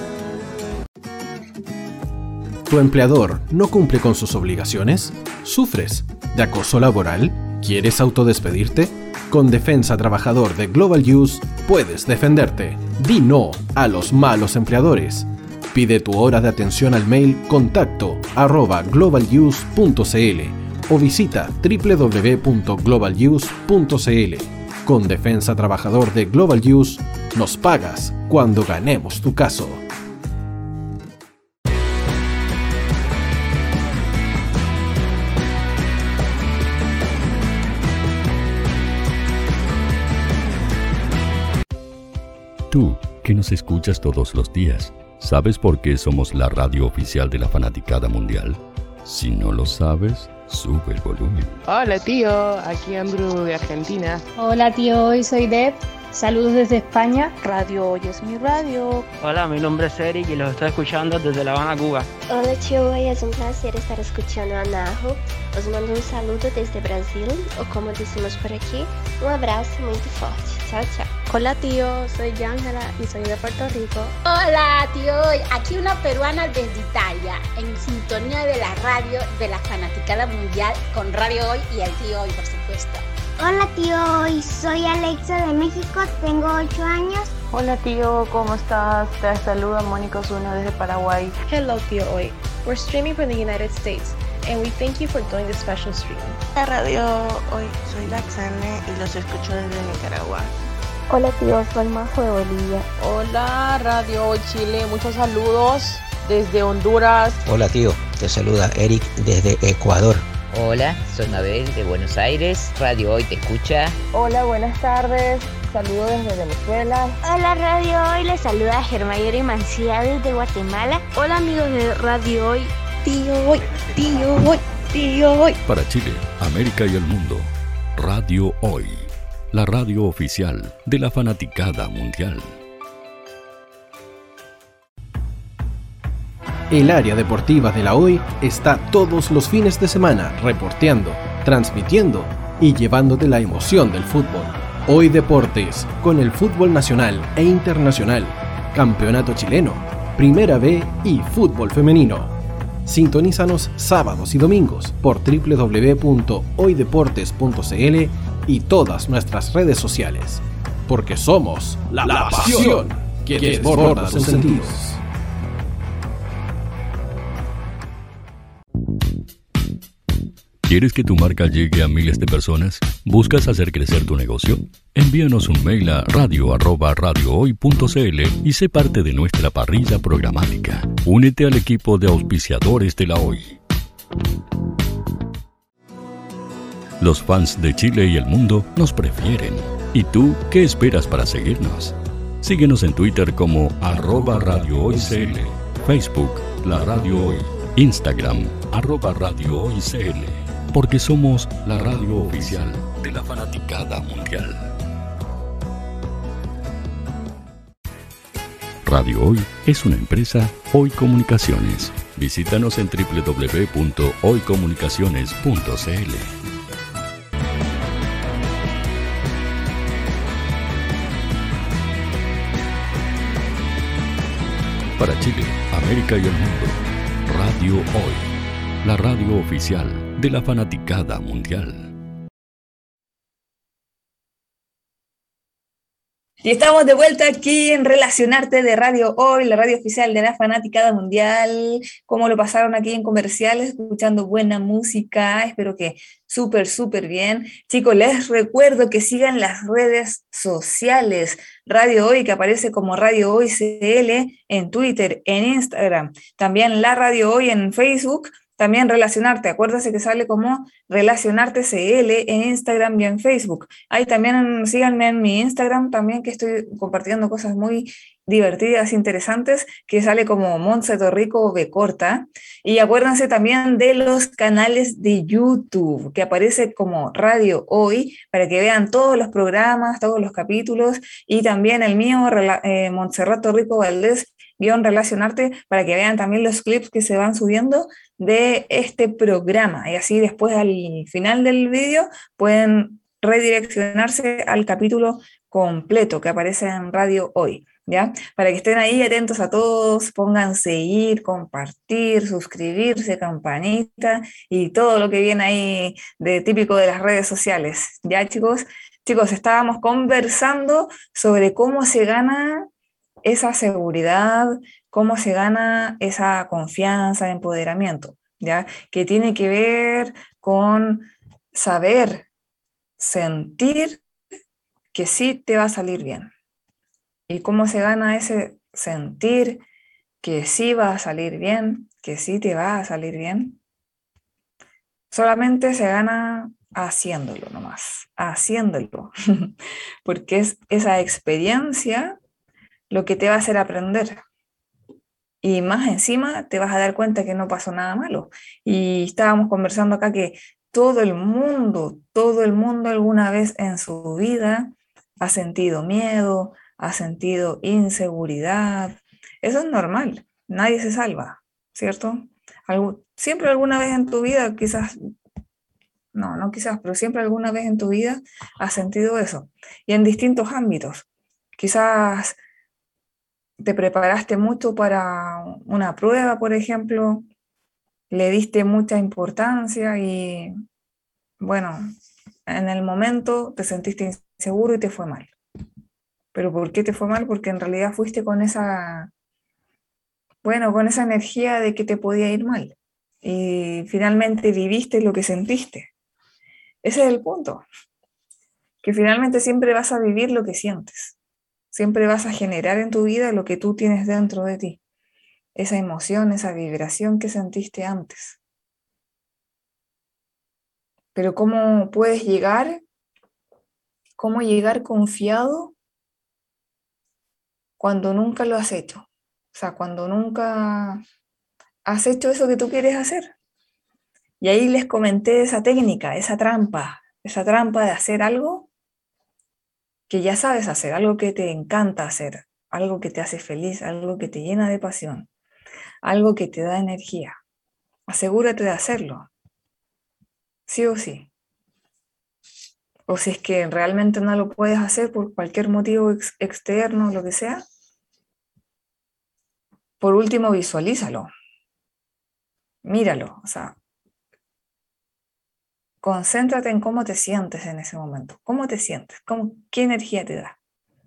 ¿Tu empleador no cumple con sus obligaciones? ¿Sufres de acoso laboral? ¿Quieres autodespedirte? Con Defensa Trabajador de Global Use puedes defenderte. Di no a los malos empleadores. Pide tu hora de atención al mail contacto arroba globaluse punto cl o visita doble u doble u doble u punto global use punto cl. Con Defensa Trabajador de Global Use, nos pagas cuando ganemos tu caso.
Tú, que nos escuchas todos los días, ¿sabes por qué somos la radio oficial de la fanaticada mundial? Si no lo sabes, sube el volumen.
Hola tío, aquí Andrew de Argentina.
Hola tío, hoy soy Deb. Saludos desde España.
Radio Hoy es mi radio.
Hola, mi nombre es Eric y los estoy escuchando desde La Habana, Cuba.
Hola tío, hoy es un placer estar escuchando a Najo. Os mando un saludo desde Brasil, o como decimos por aquí, un abrazo muy fuerte. Chao, chao.
Hola tío, soy Ángela y soy de Puerto Rico.
Hola tío, aquí una peruana desde Italia, en sintonía de la radio de la fanaticada mundial con Radio Hoy y el tío Hoy, por supuesto.
Hola tío, Hoy soy Alexa de México, tengo ocho años.
Hola tío, ¿cómo estás? Te saluda Mónica Osuna desde Paraguay.
Hello tío Hoy, we're streaming from the United States and we thank you for doing this special stream.
La Radio Hoy, soy Laxane y los escucho desde Nicaragua.
Hola tío, soy Majo de Bolivia.
Hola Radio Hoy Chile, muchos saludos desde Honduras.
Hola tío, te saluda Eric desde Ecuador.
Hola, soy Mabel de Buenos Aires, Radio Hoy te escucha.
Hola, buenas tardes, saludos desde Venezuela.
Hola Radio Hoy, les saluda Germayori Mancía desde Guatemala.
Hola amigos de Radio Hoy, tío Hoy, tío Hoy, tío Hoy.
Para Chile, América y el mundo, Radio Hoy, la radio oficial de la fanaticada mundial.
El área deportiva de la Hoy está todos los fines de semana reporteando, transmitiendo y llevándote la emoción del fútbol. Hoy Deportes, con el fútbol nacional e internacional, campeonato chileno, Primera B y fútbol femenino. Sintonízanos sábados y domingos por doble u doble u doble u punto hoy deportes punto cl y todas nuestras redes sociales. Porque somos la, la pasión que desborda sus sentidos.
¿Quieres que tu marca llegue a miles de personas? ¿Buscas hacer crecer tu negocio? Envíanos un mail a radio arroba radio hoy punto cl y sé parte de nuestra parrilla programática. Únete al equipo de auspiciadores de la Hoy. Los fans de Chile y el mundo nos prefieren. ¿Y tú qué esperas para seguirnos? Síguenos en Twitter como arroba radio hoy cl, Facebook, la Radio Hoy, Instagram, arroba radio hoy cl. Porque somos la radio oficial de la fanaticada mundial. Radio Hoy es una empresa Hoy Comunicaciones. Visítanos en doble u doble u doble u punto hoy comunicaciones punto cl. Para Chile, América y el mundo, Radio Hoy, la radio oficial de la fanaticada mundial.
Y estamos de vuelta aquí en Relacionarte de Radio Hoy, la radio oficial de la fanaticada mundial. ¿Cómo lo pasaron aquí en comerciales? Escuchando buena música, espero que súper, súper bien. Chicos, les recuerdo que sigan las redes sociales. Radio Hoy, que aparece como Radio Hoy C L en Twitter, en Instagram. También la Radio Hoy en Facebook. También Relacionarte, acuérdate que sale como Relacionarte C L en Instagram y en Facebook. Ahí también síganme en mi Instagram también, que estoy compartiendo cosas muy divertidas, interesantes, que sale como Montse Torrico B corta. Y acuérdense también de los canales de YouTube, que aparece como Radio Hoy, para que vean todos los programas, todos los capítulos, y también el mío, eh, Montserrat Torrico Valdés, guión Relacionarte, para que vean también los clips que se van subiendo de este programa, y así después al final del vídeo pueden redireccionarse al capítulo completo que aparece en Radio Hoy, ¿ya? Para que estén ahí atentos a todos, pongan seguir, compartir, suscribirse, campanita y todo lo que viene ahí de típico de las redes sociales, ¿ya chicos? Chicos, estábamos conversando sobre cómo se gana esa seguridad, cómo se gana esa confianza, empoderamiento, ¿ya? Que tiene que ver con saber, sentir que sí te va a salir bien. ¿Y cómo se gana ese sentir que sí va a salir bien, que sí te va a salir bien? Solamente se gana haciéndolo nomás, haciéndolo, porque es esa experiencia lo que te va a hacer aprender. Y más encima te vas a dar cuenta que no pasó nada malo. Y estábamos conversando acá que todo el mundo, todo el mundo alguna vez en su vida ha sentido miedo, ha sentido inseguridad. Eso es normal, nadie se salva, ¿cierto? Algo, siempre alguna vez en tu vida, quizás, no, no quizás, pero siempre alguna vez en tu vida has sentido eso. Y en distintos ámbitos. Quizás te preparaste mucho para una prueba, por ejemplo, le diste mucha importancia y, bueno, en el momento te sentiste inseguro y te fue mal. ¿Pero por qué te fue mal? Porque en realidad fuiste con esa, bueno, con esa energía de que te podía ir mal. Y finalmente viviste lo que sentiste. Ese es el punto. Que finalmente siempre vas a vivir lo que sientes. Siempre vas a generar en tu vida lo que tú tienes dentro de ti. Esa emoción, esa vibración que sentiste antes. Pero ¿cómo puedes llegar? ¿Cómo llegar confiado cuando nunca lo has hecho? O sea, cuando nunca has hecho eso que tú quieres hacer. Y ahí les comenté esa técnica, esa trampa, esa trampa de hacer algo que ya sabes hacer, algo que te encanta hacer, algo que te hace feliz, algo que te llena de pasión, algo que te da energía. Asegúrate de hacerlo, sí o sí. O si es que realmente no lo puedes hacer por cualquier motivo ex- externo, lo que sea, por último visualízalo, míralo, o sea, concéntrate en cómo te sientes en ese momento, cómo te sientes, cómo, qué energía te da.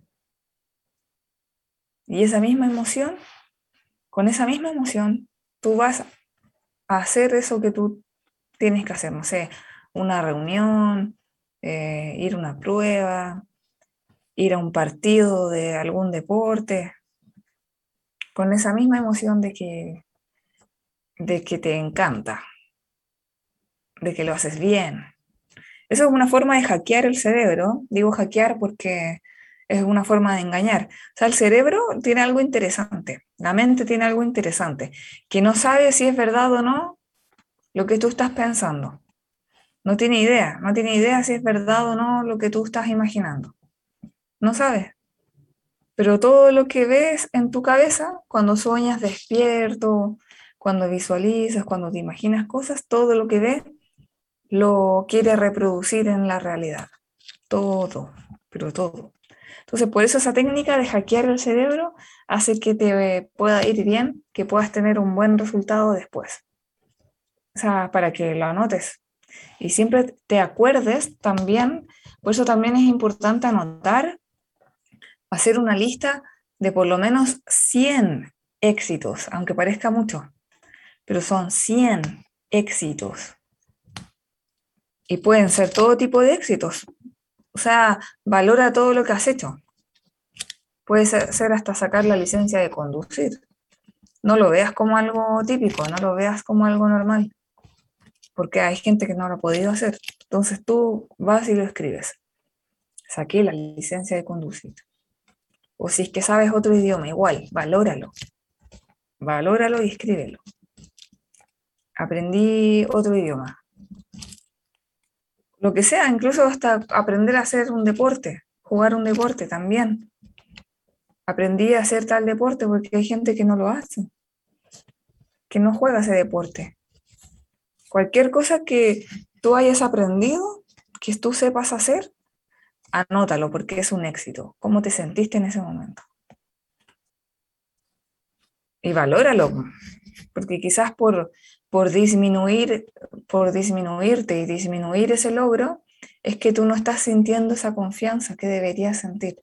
Y esa misma emoción, con esa misma emoción, tú vas a hacer eso que tú tienes que hacer, no sé, una reunión, eh, ir a una prueba, ir a un partido de algún deporte, con esa misma emoción de que, de que te encanta, de que lo haces bien. Eso es una forma de hackear el cerebro. Digo hackear porque es una forma de engañar. O sea, el cerebro tiene algo interesante, la mente tiene algo interesante, que no sabe si es verdad o no lo que tú estás pensando. No tiene idea, no tiene idea si es verdad o no lo que tú estás imaginando. No sabes. Pero todo lo que ves en tu cabeza, cuando sueñas despierto, cuando visualizas, cuando te imaginas cosas, todo lo que ves lo quiere reproducir en la realidad. Todo, pero todo. Entonces, por eso esa técnica de hackear el cerebro hace que te pueda ir bien, que puedas tener un buen resultado después. O sea, para que lo anotes. Y siempre te acuerdes también, por eso también es importante anotar, hacer una lista de por lo menos cien éxitos, aunque parezca mucho, pero son cien éxitos. Y pueden ser todo tipo de éxitos. O sea, valora todo lo que has hecho. Puede ser, ser hasta sacar la licencia de conducir. No lo veas como algo típico, no lo veas como algo normal. Porque hay gente que no lo ha podido hacer. Entonces tú vas y lo escribes. Saqué la licencia de conducir. O si es que sabes otro idioma, igual, valóralo. Valóralo y escríbelo. Aprendí otro idioma. Lo que sea, incluso hasta aprender a hacer un deporte, jugar un deporte también. Aprendí a hacer tal deporte porque hay gente que no lo hace, que no juega ese deporte. Cualquier cosa que tú hayas aprendido, que tú sepas hacer, anótalo porque es un éxito. ¿Cómo te sentiste en ese momento? Y valóralo, porque quizás por, por disminuir, por disminuirte y disminuir ese logro, es que tú no estás sintiendo esa confianza que deberías sentir.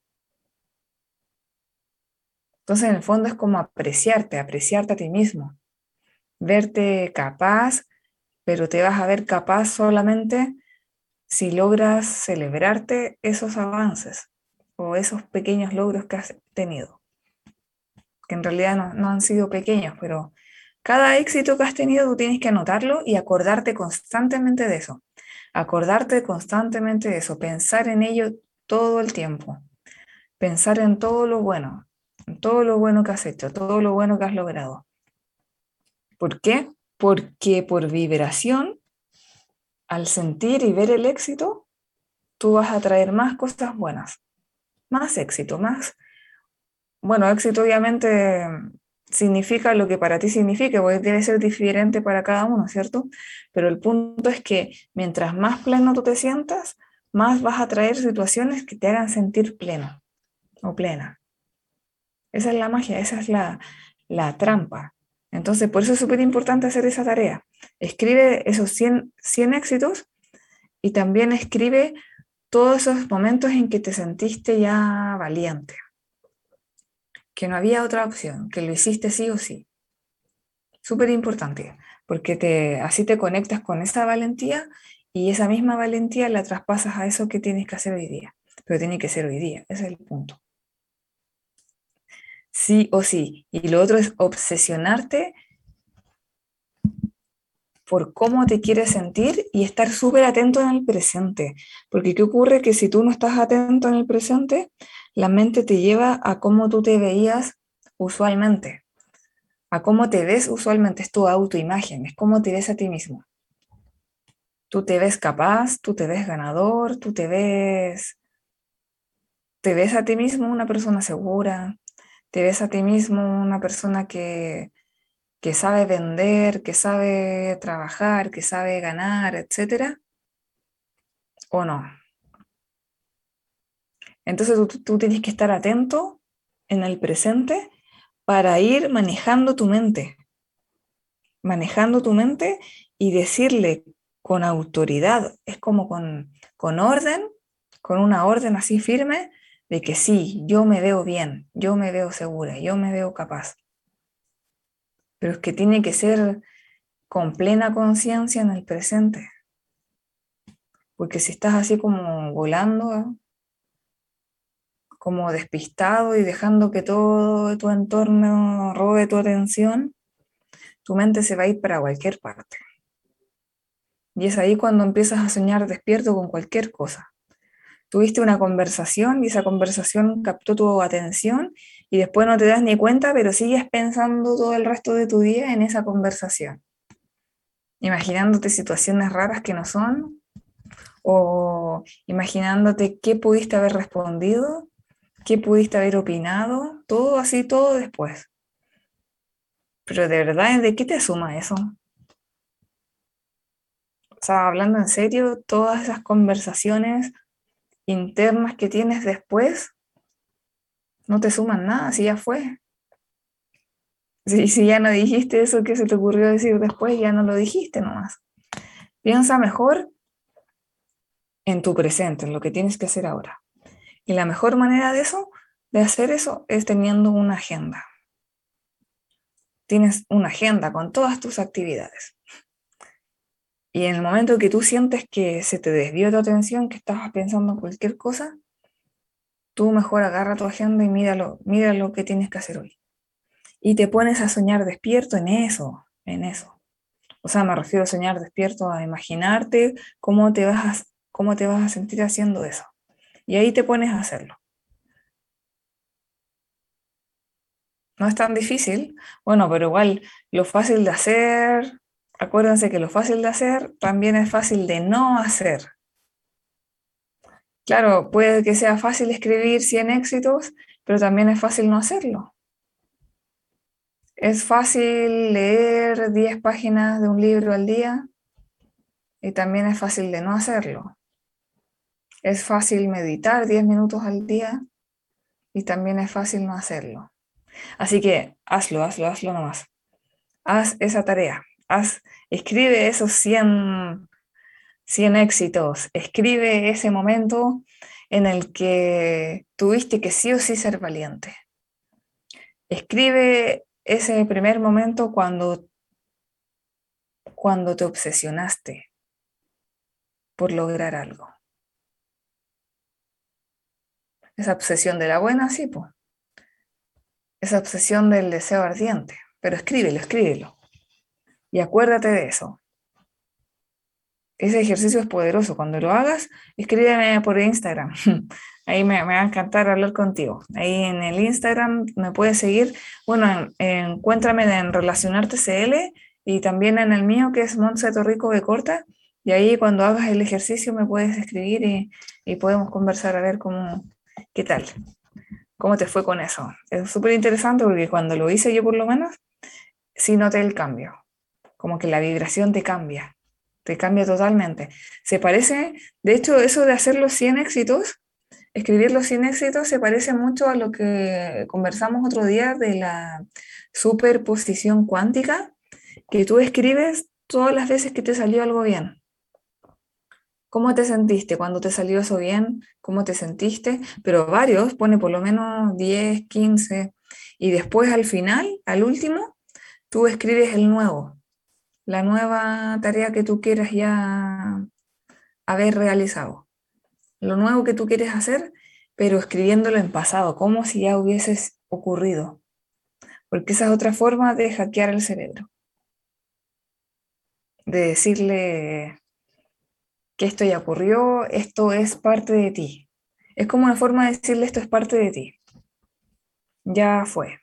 Entonces, en el fondo es como apreciarte, apreciarte a ti mismo, verte capaz, pero te vas a ver capaz solamente si logras celebrarte esos avances o esos pequeños logros que has tenido, que en realidad no, no han sido pequeños, pero cada éxito que has tenido tú tienes que anotarlo y acordarte constantemente de eso, acordarte constantemente de eso, pensar en ello todo el tiempo, pensar en todo lo bueno, en todo lo bueno que has hecho, todo lo bueno que has logrado. ¿Por qué? Porque por vibración, al sentir y ver el éxito, tú vas a traer más cosas buenas, más éxito, más... Bueno, éxito obviamente significa lo que para ti significa, porque debe ser diferente para cada uno, ¿cierto? Pero el punto es que mientras más pleno tú te sientas, más vas a traer situaciones que te hagan sentir pleno o plena. Esa es la magia, esa es la, la trampa. Entonces, por eso es súper importante hacer esa tarea. Escribe esos cien, cien éxitos y también escribe todos esos momentos en que te sentiste ya valiente, que no había otra opción, que lo hiciste sí o sí. Súper importante, porque te, así te conectas con esa valentía y esa misma valentía la traspasas a eso que tienes que hacer hoy día. Pero tiene que ser hoy día, ese es el punto. Sí o sí. Y lo otro es obsesionarte por cómo te quieres sentir y estar súper atento en el presente. Porque ¿qué ocurre? Que si tú no estás atento en el presente, la mente te lleva a cómo tú te veías usualmente, a cómo te ves usualmente, es tu autoimagen, es cómo te ves a ti mismo. Tú te ves capaz, tú te ves ganador, tú te ves, te ves a ti mismo una persona segura, te ves a ti mismo una persona que, que sabe vender, que sabe trabajar, que sabe ganar, etcétera, ¿o no? Entonces tú, tú tienes que estar atento en el presente para ir manejando tu mente, manejando tu mente y decirle con autoridad, es como con, con orden, con una orden así firme, de que sí, yo me veo bien, yo me veo segura, yo me veo capaz. Pero es que tiene que ser con plena conciencia en el presente. Porque si estás así como volando, como despistado y dejando que todo tu entorno robe tu atención, tu mente se va a ir para cualquier parte. Y es ahí cuando empiezas a soñar despierto con cualquier cosa. Tuviste una conversación y esa conversación captó tu atención y después no te das ni cuenta, pero sigues pensando todo el resto de tu día en esa conversación. Imaginándote situaciones raras que no son, o imaginándote qué pudiste haber respondido, qué pudiste haber opinado, todo así, todo después. Pero de verdad, ¿de qué te suma eso? O sea, hablando en serio, todas esas conversaciones internas que tienes después no te suman nada, si ya fue. Si, si ya no dijiste eso que se te ocurrió decir después, ya no lo dijiste nomás. Piensa mejor en tu presente, en lo que tienes que hacer ahora. Y la mejor manera de eso, de hacer eso, es teniendo una agenda. Tienes una agenda con todas tus actividades. Y en el momento que tú sientes que se te desvió tu atención, que estabas pensando en cualquier cosa, tú mejor agarra tu agenda y míralo, mira lo que tienes que hacer hoy. Y te pones a soñar despierto en eso, en eso. O sea, me refiero a soñar despierto, a imaginarte cómo te vas a, cómo te vas a sentir haciendo eso. Y ahí te pones a hacerlo. No es tan difícil, bueno, pero igual lo fácil de hacer, acuérdense que lo fácil de hacer también es fácil de no hacer. Claro, puede que sea fácil escribir cien éxitos, pero también es fácil no hacerlo. Es fácil leer diez páginas de un libro al día y también es fácil de no hacerlo. Es fácil meditar diez minutos al día y también es fácil no hacerlo. Así que hazlo, hazlo, hazlo nomás. Haz esa tarea. Haz, escribe esos cien cien éxitos. Escribe ese momento en el que tuviste que sí o sí ser valiente. Escribe ese primer momento cuando, cuando te obsesionaste por lograr algo. Esa obsesión de la buena, sí, pues. Esa obsesión del deseo ardiente. Pero escríbelo, escríbelo. Y acuérdate de eso. Ese ejercicio es poderoso. Cuando lo hagas, escríbeme por Instagram. Ahí me, me va a encantar hablar contigo. Ahí en el Instagram me puedes seguir. Bueno, en, en, encuéntrame en Relacionarte C L y también en el mío, que es Montse Torrico de Corta. Y ahí cuando hagas el ejercicio me puedes escribir y, y podemos conversar a ver cómo, qué tal, cómo te fue con eso. Es súper interesante porque cuando lo hice yo por lo menos, sí noté el cambio. Como que la vibración te cambia. Te cambia totalmente. Se parece, de hecho, eso de hacer los cien éxitos, escribir los cien éxitos, se parece mucho a lo que conversamos otro día de la superposición cuántica, que tú escribes todas las veces que te salió algo bien. ¿Cómo te sentiste cuando te salió eso bien? ¿Cómo te sentiste? Pero varios, pone por lo menos diez, quince, y después al final, al último, tú escribes el nuevo. La nueva tarea que tú quieras ya haber realizado. Lo nuevo que tú quieres hacer, pero escribiéndolo en pasado, como si ya hubieses ocurrido. Porque esa es otra forma de hackear el cerebro. De decirle que esto ya ocurrió, esto es parte de ti. Es como una forma de decirle esto es parte de ti. Ya fue.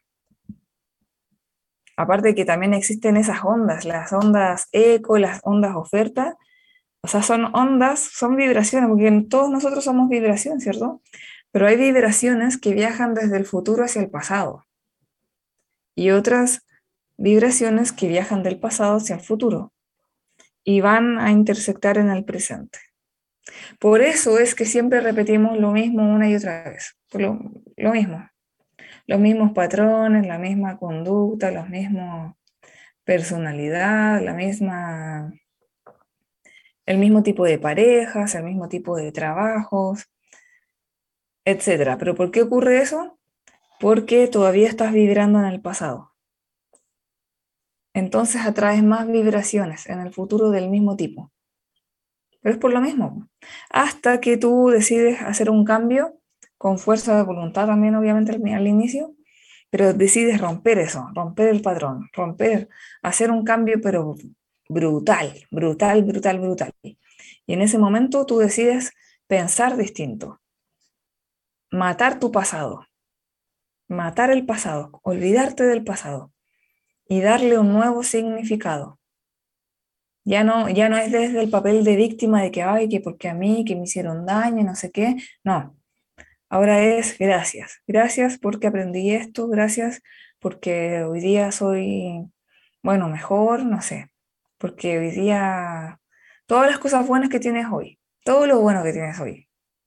Aparte de que también existen esas ondas, las ondas eco, las ondas oferta, o sea, son ondas, son vibraciones, porque todos nosotros somos vibración, ¿cierto? Pero hay vibraciones que viajan desde el futuro hacia el pasado, y otras vibraciones que viajan del pasado hacia el futuro, y van a intersectar en el presente. Por eso es que siempre repetimos lo mismo una y otra vez, lo, lo mismo. Los mismos patrones, la misma conducta, la misma personalidad, la misma, el mismo tipo de parejas, el mismo tipo de trabajos, etcétera. ¿Pero por qué ocurre eso? Porque todavía estás vibrando en el pasado. Entonces atraes más vibraciones en el futuro del mismo tipo. Pero es por lo mismo. Hasta que tú decides hacer un cambio con fuerza de voluntad también, obviamente, al, al inicio, pero decides romper eso, romper el patrón, romper, hacer un cambio, pero brutal, brutal, brutal, brutal. Y en ese momento tú decides pensar distinto, matar tu pasado, matar el pasado, olvidarte del pasado y darle un nuevo significado. Ya no, ya no es desde el papel de víctima de que, ay, que porque a mí, que me hicieron daño, no sé qué, no. Ahora es gracias, gracias porque aprendí esto, gracias porque hoy día soy, bueno, mejor, no sé, porque hoy día, todas las cosas buenas que tienes hoy, todo lo bueno que tienes hoy.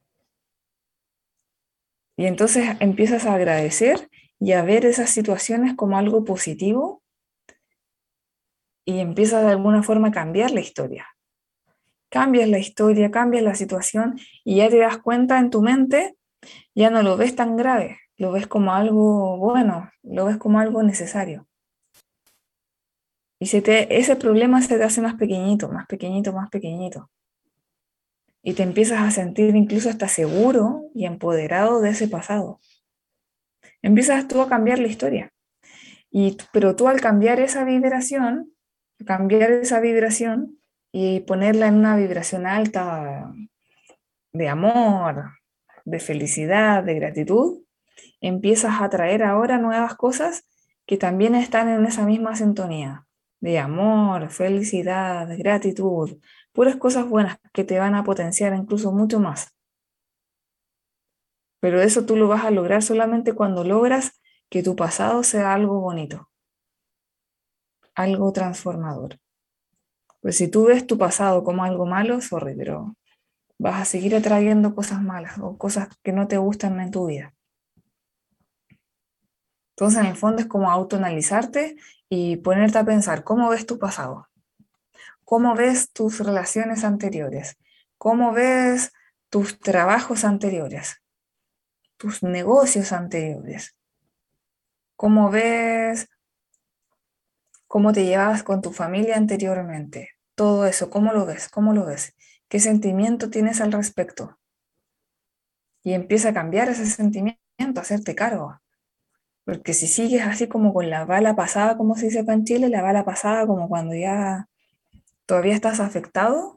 Y entonces empiezas a agradecer y a ver esas situaciones como algo positivo y empiezas de alguna forma a cambiar la historia. Cambias la historia, cambias la situación y ya te das cuenta en tu mente. Ya no lo ves tan grave, lo ves como algo bueno, lo ves como algo necesario. Y se te, ese problema se te hace más pequeñito, más pequeñito, más pequeñito. Y te empiezas a sentir incluso hasta seguro y empoderado de ese pasado. Empiezas tú a cambiar la historia. Y, pero tú al cambiar esa vibración, cambiar esa vibración y ponerla en una vibración alta de amor, de felicidad, de gratitud, empiezas a traer ahora nuevas cosas que también están en esa misma sintonía, de amor, felicidad, gratitud, puras cosas buenas que te van a potenciar incluso mucho más. Pero eso tú lo vas a lograr solamente cuando logras que tu pasado sea algo bonito, algo transformador. Pues si tú ves tu pasado como algo malo, sorry, pero vas a seguir atrayendo cosas malas o cosas que no te gustan en tu vida. Entonces, en el fondo es como autoanalizarte y ponerte a pensar, ¿cómo ves tu pasado? ¿Cómo ves tus relaciones anteriores? ¿Cómo ves tus trabajos anteriores? ¿Tus negocios anteriores? ¿Cómo ves cómo te llevabas con tu familia anteriormente? Todo eso, ¿cómo lo ves? ¿Cómo lo ves? ¿Qué sentimiento tienes al respecto? Y empieza a cambiar ese sentimiento, a hacerte cargo. Porque si sigues así como con la bala pasada, como se dice acá en Chile, la bala pasada como cuando ya todavía estás afectado,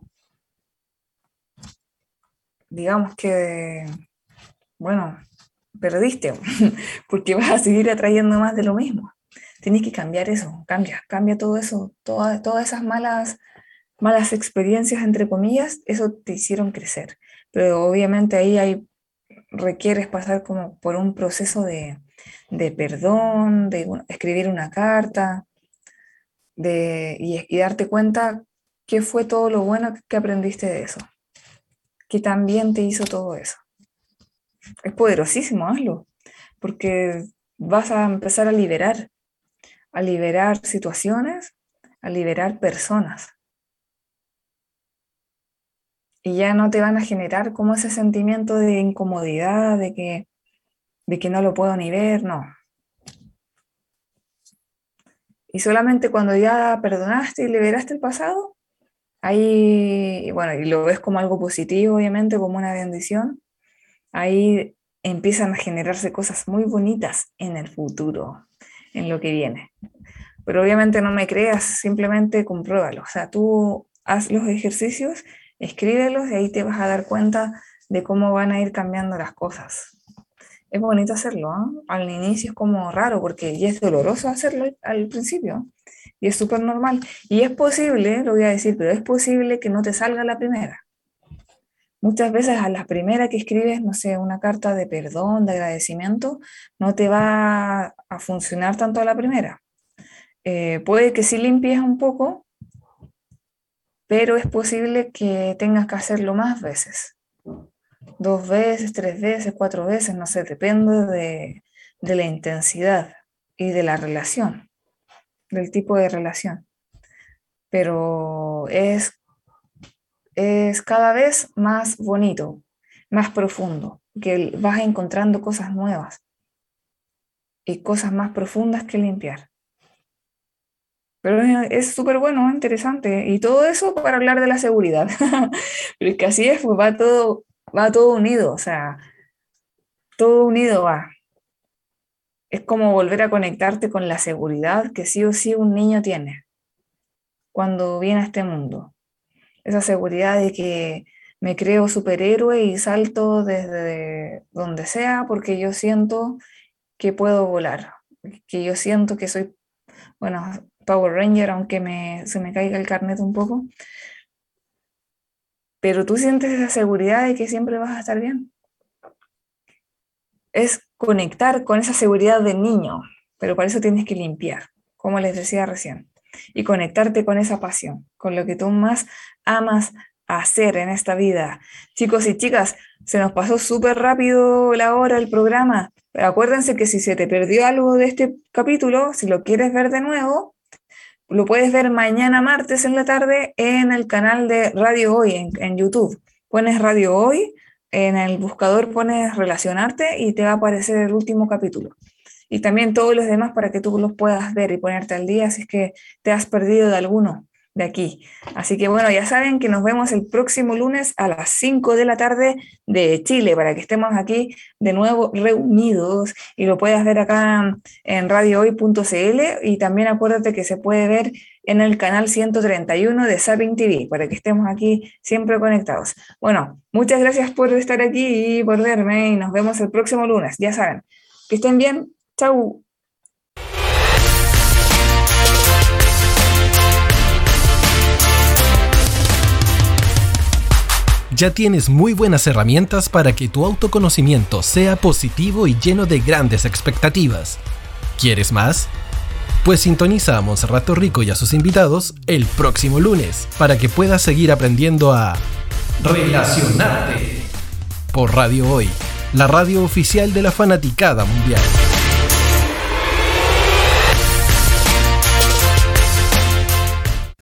digamos que, bueno, perdiste, porque vas a seguir atrayendo más de lo mismo. Tienes que cambiar eso, cambia, cambia todo eso, toda, todas esas malas, malas experiencias, entre comillas, eso te hicieron crecer. Pero obviamente ahí hay, requieres pasar como por un proceso de, de perdón, de bueno, escribir una carta, de, y, y darte cuenta qué fue todo lo bueno que aprendiste de eso, que también te hizo todo eso. Es poderosísimo, hazlo, porque vas a empezar a liberar, a liberar situaciones, a liberar personas. Y ya no te van a generar como ese sentimiento de incomodidad, de que, de que no lo puedo ni ver, no. Y solamente cuando ya perdonaste y liberaste el pasado, ahí, bueno, y lo ves como algo positivo, obviamente, como una bendición, ahí empiezan a generarse cosas muy bonitas en el futuro, en lo que viene. Pero obviamente no me creas, simplemente compruébalo. O sea, tú haz los ejercicios, escríbelos y ahí te vas a dar cuenta de cómo van a ir cambiando las cosas. Es bonito hacerlo, ¿eh? Al inicio es como raro porque ya es doloroso hacerlo al, al principio y es súper normal. Y es posible, lo voy a decir, pero es posible que no te salga la primera. Muchas veces a la primera que escribes, no sé, una carta de perdón, de agradecimiento, no te va a funcionar tanto a la primera. Eh, puede que sí limpies un poco, pero es posible que tengas que hacerlo más veces. Dos veces, tres veces, cuatro veces, no sé, depende de, de la intensidad y de la relación, del tipo de relación. Pero es, es cada vez más bonito, más profundo, que vas encontrando cosas nuevas y cosas más profundas que limpiar. Pero es súper bueno, interesante. Y todo eso para hablar de la seguridad. Pero es que así es, pues va todo, va todo unido. O sea, todo unido va. Es como volver a conectarte con la seguridad que sí o sí un niño tiene cuando viene a este mundo. Esa seguridad de que me creo superhéroe y salto desde donde sea porque yo siento que puedo volar. Que yo siento que soy, bueno, Power Ranger, aunque me, se me caiga el carnet un poco, pero tú sientes esa seguridad de que siempre vas a estar bien. Es conectar con esa seguridad de niño, pero para eso tienes que limpiar, como les decía recién, y conectarte con esa pasión, con lo que tú más amas hacer en esta vida. Chicos y chicas, se nos pasó súper rápido la hora del programa, pero acuérdense que si se te perdió algo de este capítulo, si lo quieres ver de nuevo, lo puedes ver mañana martes en la tarde en el canal de Radio Hoy, en, en YouTube. Pones Radio Hoy, en el buscador pones Relacionarte y te va a aparecer el último capítulo. Y también todos los demás para que tú los puedas ver y ponerte al día si es que te has perdido de alguno de aquí. Así que bueno, ya saben que nos vemos el próximo lunes a las cinco de la tarde de Chile para que estemos aquí de nuevo reunidos y lo puedas ver acá en radio hoy punto c l y también acuérdate que se puede ver en el canal ciento treinta y uno de Zapping T V para que estemos aquí siempre conectados. Bueno, muchas gracias por estar aquí y por verme y nos vemos el próximo lunes. Ya saben, que estén bien. Chau.
Ya tienes muy buenas herramientas para que tu autoconocimiento sea positivo y lleno de grandes expectativas. ¿Quieres más? Pues sintoniza a Montserrat Torrico y a sus invitados el próximo lunes para que puedas seguir aprendiendo a relacionarte por Radio Hoy, la radio oficial de la fanaticada mundial.